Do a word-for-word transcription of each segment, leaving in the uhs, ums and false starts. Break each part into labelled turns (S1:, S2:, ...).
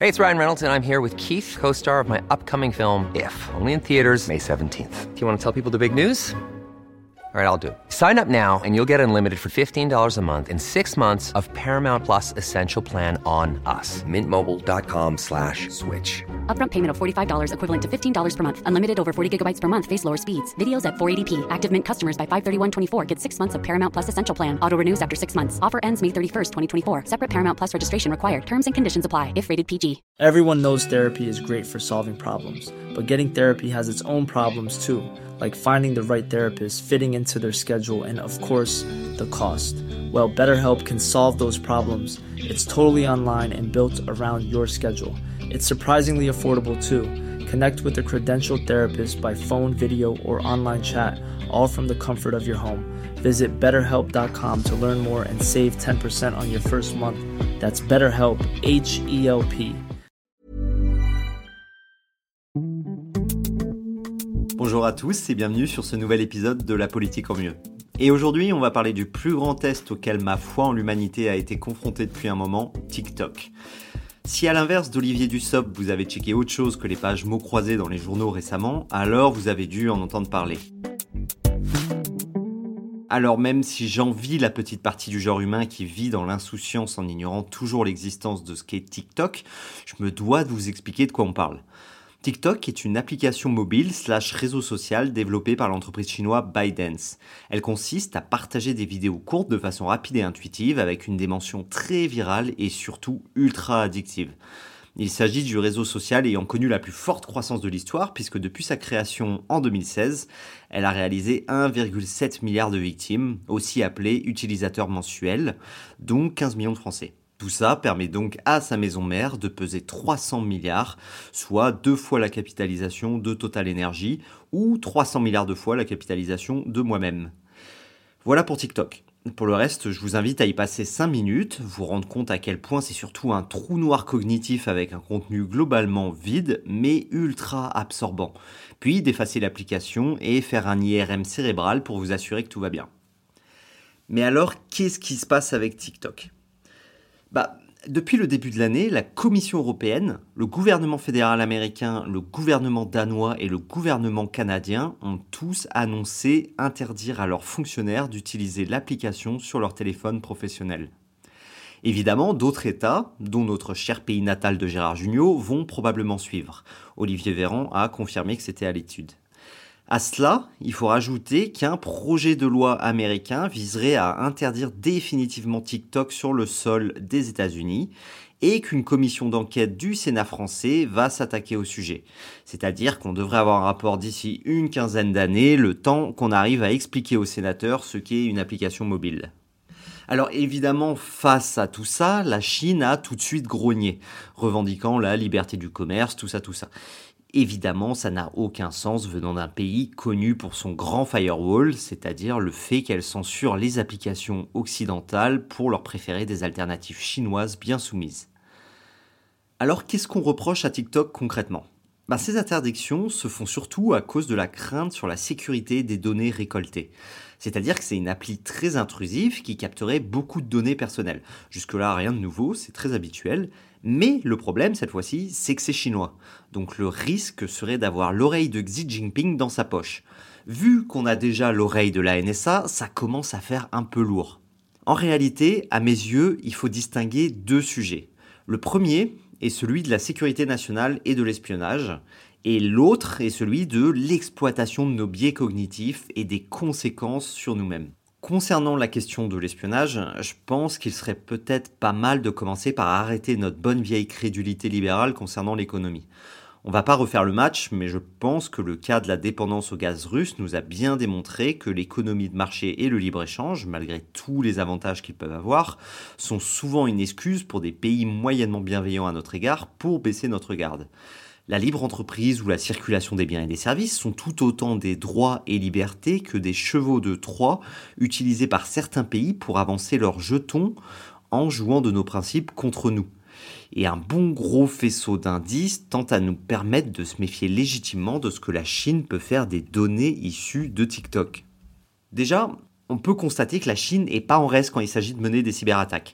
S1: Hey, it's Ryan Reynolds, and I'm here with Keith, co-star of my upcoming film, If, only in theaters May seventeenth. Do you want to tell people the big news? All right, I'll do it. Sign up now and you'll get unlimited for fifteen dollars a month and six months of Paramount Plus Essential Plan on us. Mint Mobile dot com slash switch.
S2: Upfront payment of forty-five dollars equivalent to fifteen dollars per month. Unlimited over forty gigabytes per month. Face lower speeds. Videos at four eighty p. Active Mint customers by five thirty-one twenty-four get six months of Paramount Plus Essential Plan. Auto renews after six months. Offer ends May thirty-first, twenty twenty-four. Separate Paramount Plus registration required. Terms and conditions apply if rated P G.
S3: Everyone knows therapy is great for solving problems, but getting therapy has its own problems too, like finding the right therapist, fitting into their schedule, and of course, the cost. Well, BetterHelp can solve those problems. It's totally online and built around your schedule. It's surprisingly affordable too. Connect with a credentialed therapist by phone, video, or online chat, all from the comfort of your home. Visit better help dot com to learn more and save ten percent on your first month. That's BetterHelp, H E L P.
S4: Bonjour à tous et bienvenue sur ce nouvel épisode de La Politique en mieux. Et aujourd'hui, on va parler du plus grand test auquel ma foi en l'humanité a été confrontée depuis un moment, TikTok. Si à l'inverse d'Olivier Dussopt, vous avez checké autre chose que les pages mots croisés dans les journaux récemment, alors vous avez dû en entendre parler. Alors même si j'envie la petite partie du genre humain qui vit dans l'insouciance en ignorant toujours l'existence de ce qu'est TikTok, je me dois de vous expliquer de quoi on parle. TikTok est une application mobile slash réseau social développée par l'entreprise chinoise ByteDance. Elle consiste à partager des vidéos courtes de façon rapide et intuitive avec une dimension très virale et surtout ultra addictive. Il s'agit du réseau social ayant connu la plus forte croissance de l'histoire puisque depuis sa création en deux mille seize, elle a réalisé un virgule sept milliard de victimes, aussi appelés utilisateurs mensuels, dont quinze millions de Français. Tout ça permet donc à sa maison mère de peser trois cents milliards, soit deux fois la capitalisation de Total Energy ou trois cents milliards de fois la capitalisation de moi-même. Voilà pour TikTok. Pour le reste, je vous invite à y passer cinq minutes, vous rendre compte à quel point c'est surtout un trou noir cognitif avec un contenu globalement vide mais ultra absorbant. Puis d'effacer l'application et faire un I R M cérébral pour vous assurer que tout va bien. Mais alors, qu'est-ce qui se passe avec TikTok ? Bah, depuis le début de l'année, la Commission européenne, le gouvernement fédéral américain, le gouvernement danois et le gouvernement canadien ont tous annoncé interdire à leurs fonctionnaires d'utiliser l'application sur leur téléphone professionnel. Évidemment, d'autres États, dont notre cher pays natal de Gérard Jugnot, vont probablement suivre. Olivier Véran a confirmé que c'était à l'étude. À cela, il faut rajouter qu'un projet de loi américain viserait à interdire définitivement TikTok sur le sol des États-Unis et qu'une commission d'enquête du Sénat français va s'attaquer au sujet. C'est-à-dire qu'on devrait avoir un rapport d'ici une quinzaine d'années, le temps qu'on arrive à expliquer aux sénateurs ce qu'est une application mobile. Alors évidemment, face à tout ça, la Chine a tout de suite grogné, revendiquant la liberté du commerce, tout ça, tout ça. Évidemment, ça n'a aucun sens venant d'un pays connu pour son grand firewall, c'est-à-dire le fait qu'elle censure les applications occidentales pour leur préférer des alternatives chinoises bien soumises. Alors qu'est-ce qu'on reproche à TikTok concrètement ? Bah, ces interdictions se font surtout à cause de la crainte sur la sécurité des données récoltées. C'est-à-dire que c'est une appli très intrusive qui capterait beaucoup de données personnelles. Jusque-là, rien de nouveau, c'est très habituel. Mais le problème, cette fois-ci, c'est que c'est chinois. Donc le risque serait d'avoir l'oreille de Xi Jinping dans sa poche. Vu qu'on a déjà l'oreille de la N S A, ça commence à faire un peu lourd. En réalité, à mes yeux, il faut distinguer deux sujets. Le premier est celui de la sécurité nationale et de l'espionnage, et l'autre est celui de l'exploitation de nos biais cognitifs et des conséquences sur nous-mêmes. Concernant la question de l'espionnage, je pense qu'il serait peut-être pas mal de commencer par arrêter notre bonne vieille crédulité libérale concernant l'économie. On va pas refaire le match, mais je pense que le cas de la dépendance au gaz russe nous a bien démontré que l'économie de marché et le libre-échange, malgré tous les avantages qu'ils peuvent avoir, sont souvent une excuse pour des pays moyennement bienveillants à notre égard pour baisser notre garde. La libre entreprise ou la circulation des biens et des services sont tout autant des droits et libertés que des chevaux de Troie utilisés par certains pays pour avancer leurs jetons en jouant de nos principes contre nous. Et un bon gros faisceau d'indices tente à nous permettre de se méfier légitimement de ce que la Chine peut faire des données issues de TikTok. Déjà, on peut constater que la Chine n'est pas en reste quand il s'agit de mener des cyberattaques.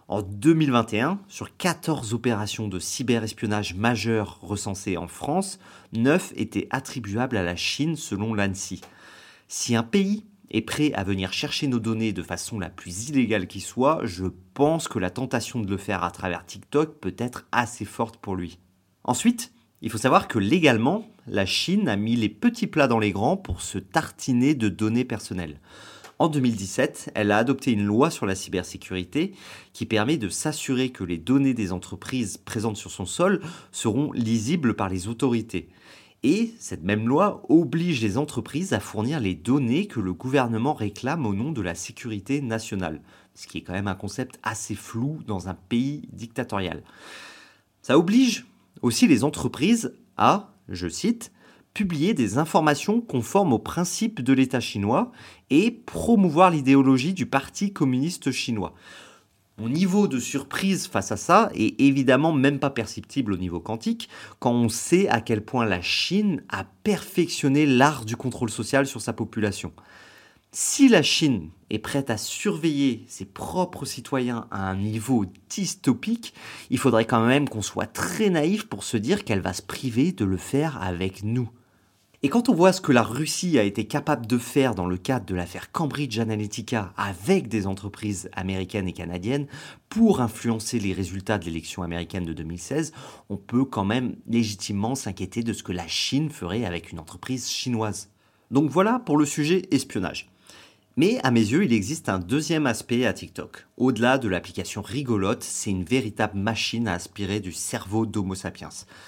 S4: En deux mille vingt et un, sur quatorze opérations de cyberespionnage majeures recensées en France, neuf étaient attribuables à la Chine selon l'ANSSI. Si un pays est prêt à venir chercher nos données de façon la plus illégale qui soit, je pense que la tentation de le faire à travers TikTok peut être assez forte pour lui. Ensuite, il faut savoir que légalement, la Chine a mis les petits plats dans les grands pour se tartiner de données personnelles. En deux mille dix-sept, elle a adopté une loi sur la cybersécurité qui permet de s'assurer que les données des entreprises présentes sur son sol seront lisibles par les autorités. Et cette même loi oblige les entreprises à fournir les données que le gouvernement réclame au nom de la sécurité nationale, ce qui est quand même un concept assez flou dans un pays dictatorial. Ça oblige aussi les entreprises à, je cite, publier des informations conformes aux principes de l'État chinois et promouvoir l'idéologie du Parti communiste chinois. Mon niveau de surprise face à ça est évidemment même pas perceptible au niveau quantique quand on sait à quel point la Chine a perfectionné l'art du contrôle social sur sa population. Si la Chine est prête à surveiller ses propres citoyens à un niveau dystopique, il faudrait quand même qu'on soit très naïf pour se dire qu'elle va se priver de le faire avec nous. Et quand on voit ce que la Russie a été capable de faire dans le cadre de l'affaire Cambridge Analytica avec des entreprises américaines et canadiennes pour influencer les résultats de l'élection américaine de deux mille seize, on peut quand même légitimement s'inquiéter de ce que la Chine ferait avec une entreprise chinoise. Donc voilà pour le sujet espionnage. Mais à mes yeux, il existe un deuxième aspect à TikTok. Au-delà de l'application rigolote, c'est une véritable machine à aspirer du cerveau d'Homo sapiens.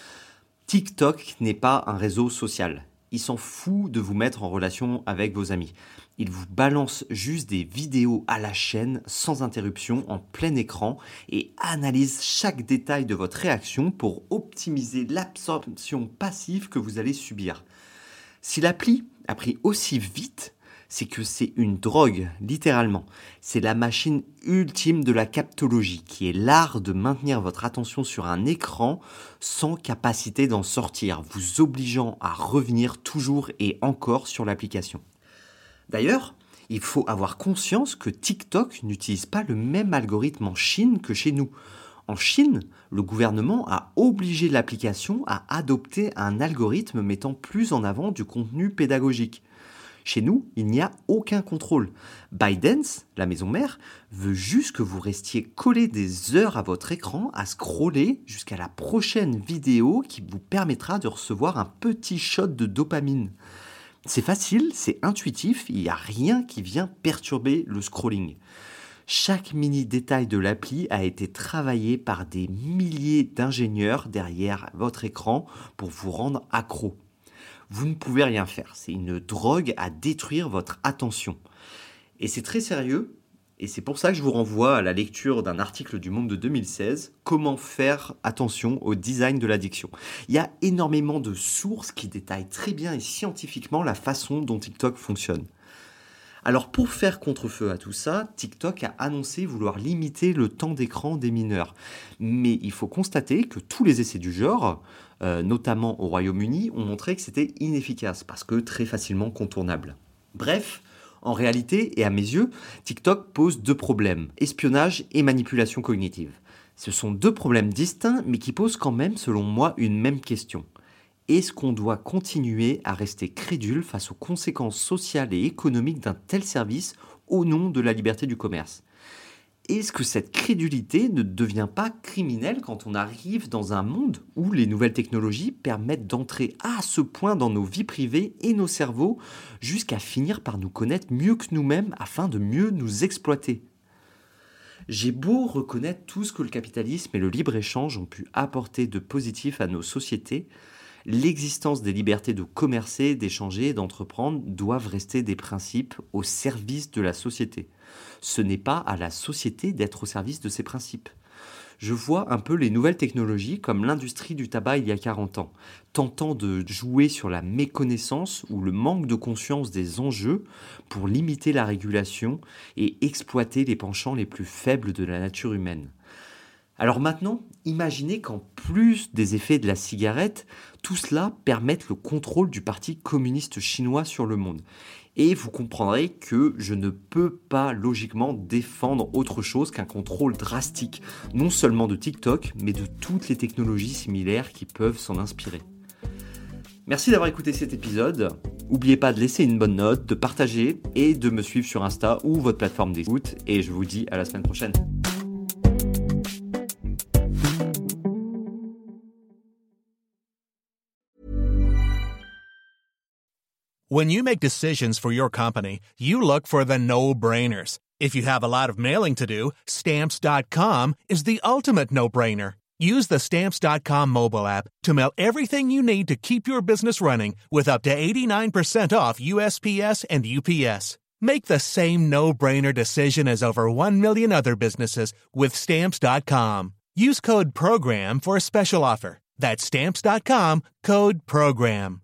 S4: TikTok n'est pas un réseau social. Il s'en fout de vous mettre en relation avec vos amis. Il vous balance juste des vidéos à la chaîne, sans interruption, en plein écran, et analyse chaque détail de votre réaction pour optimiser l'absorption passive que vous allez subir. Si l'appli a pris aussi vite, c'est que c'est une drogue, littéralement. C'est la machine ultime de la captologie, qui est l'art de maintenir votre attention sur un écran sans capacité d'en sortir, vous obligeant à revenir toujours et encore sur l'application. D'ailleurs, il faut avoir conscience que TikTok n'utilise pas le même algorithme en Chine que chez nous. En Chine, le gouvernement a obligé l'application à adopter un algorithme mettant plus en avant du contenu pédagogique. Chez nous, il n'y a aucun contrôle. ByteDance, la maison mère, veut juste que vous restiez collé des heures à votre écran à scroller jusqu'à la prochaine vidéo qui vous permettra de recevoir un petit shot de dopamine. C'est facile, c'est intuitif, il n'y a rien qui vient perturber le scrolling. Chaque mini détail de l'appli a été travaillé par des milliers d'ingénieurs derrière votre écran pour vous rendre accro. Vous ne pouvez rien faire, c'est une drogue à détruire votre attention. Et c'est très sérieux, et c'est pour ça que je vous renvoie à la lecture d'un article du Monde de deux mille seize, « Comment faire attention au design de l'addiction ». Il y a énormément de sources qui détaillent très bien et scientifiquement la façon dont TikTok fonctionne. Alors pour faire contre-feu à tout ça, TikTok a annoncé vouloir limiter le temps d'écran des mineurs. Mais il faut constater que tous les essais du genre, euh, notamment au Royaume-Uni, ont montré que c'était inefficace parce que très facilement contournable. Bref, en réalité et à mes yeux, TikTok pose deux problèmes, espionnage et manipulation cognitive. Ce sont deux problèmes distincts mais qui posent quand même, selon moi, une même question. Est-ce qu'on doit continuer à rester crédule face aux conséquences sociales et économiques d'un tel service au nom de la liberté du commerce ? Est-ce que cette crédulité ne devient pas criminelle quand on arrive dans un monde où les nouvelles technologies permettent d'entrer à ce point dans nos vies privées et nos cerveaux jusqu'à finir par nous connaître mieux que nous-mêmes afin de mieux nous exploiter ? J'ai beau reconnaître tout ce que le capitalisme et le libre-échange ont pu apporter de positif à nos sociétés, l'existence des libertés de commercer, d'échanger et d'entreprendre doivent rester des principes au service de la société. Ce n'est pas à la société d'être au service de ces principes. Je vois un peu les nouvelles technologies comme l'industrie du tabac il y a quarante ans, tentant de jouer sur la méconnaissance ou le manque de conscience des enjeux pour limiter la régulation et exploiter les penchants les plus faibles de la nature humaine. Alors maintenant, imaginez qu'en plus des effets de la cigarette, tout cela permette le contrôle du Parti communiste chinois sur le monde. Et vous comprendrez que je ne peux pas logiquement défendre autre chose qu'un contrôle drastique, non seulement de TikTok, mais de toutes les technologies similaires qui peuvent s'en inspirer. Merci d'avoir écouté cet épisode. N'oubliez pas de laisser une bonne note, de partager et de me suivre sur Insta ou votre plateforme d'écoute. Et je vous dis à la semaine prochaine.
S5: When you make decisions for your company, you look for the no-brainers. If you have a lot of mailing to do, Stamps dot com is the ultimate no-brainer. Use the Stamps dot com mobile app to mail everything you need to keep your business running with up to eighty-nine percent off U S P S and U P S. Make the same no-brainer decision as over one million other businesses with Stamps dot com. Use code PROGRAM for a special offer. That's Stamps dot com, code PROGRAM.